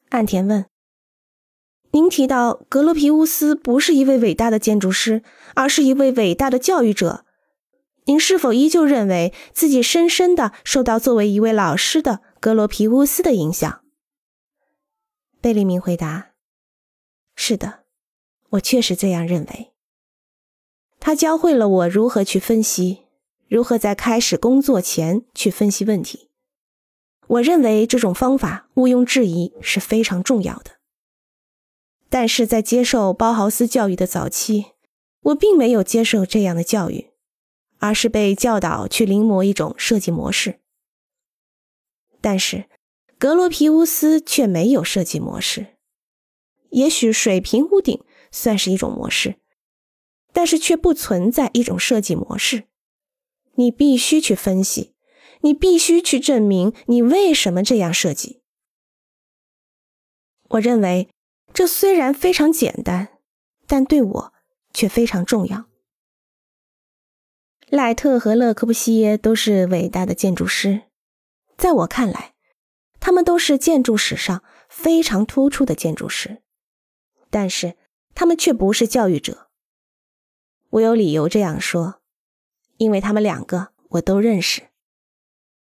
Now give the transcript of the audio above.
岸田问：您提到格罗皮乌斯不是一位伟大的建筑师，而是一位伟大的教育者，您是否依旧认为自己深深地受到作为一位老师的格罗皮乌斯的影响？贝利明回答：是的，我确实这样认为。他教会了我如何去分析，如何在开始工作前去分析问题。我认为这种方法毋庸置疑是非常重要的。但是在接受包豪斯教育的早期，我并没有接受这样的教育，而是被教导去临摹一种设计模式。但是格罗皮乌斯却没有设计模式。也许水平屋顶算是一种模式，但是却不存在一种设计模式。你必须去分析，你必须去证明你为什么这样设计。我认为这虽然非常简单，但对我却非常重要。赖特和勒柯布西耶都是伟大的建筑师，在我看来，他们都是建筑史上非常突出的建筑师，但是他们却不是教育者。我有理由这样说，因为他们两个我都认识。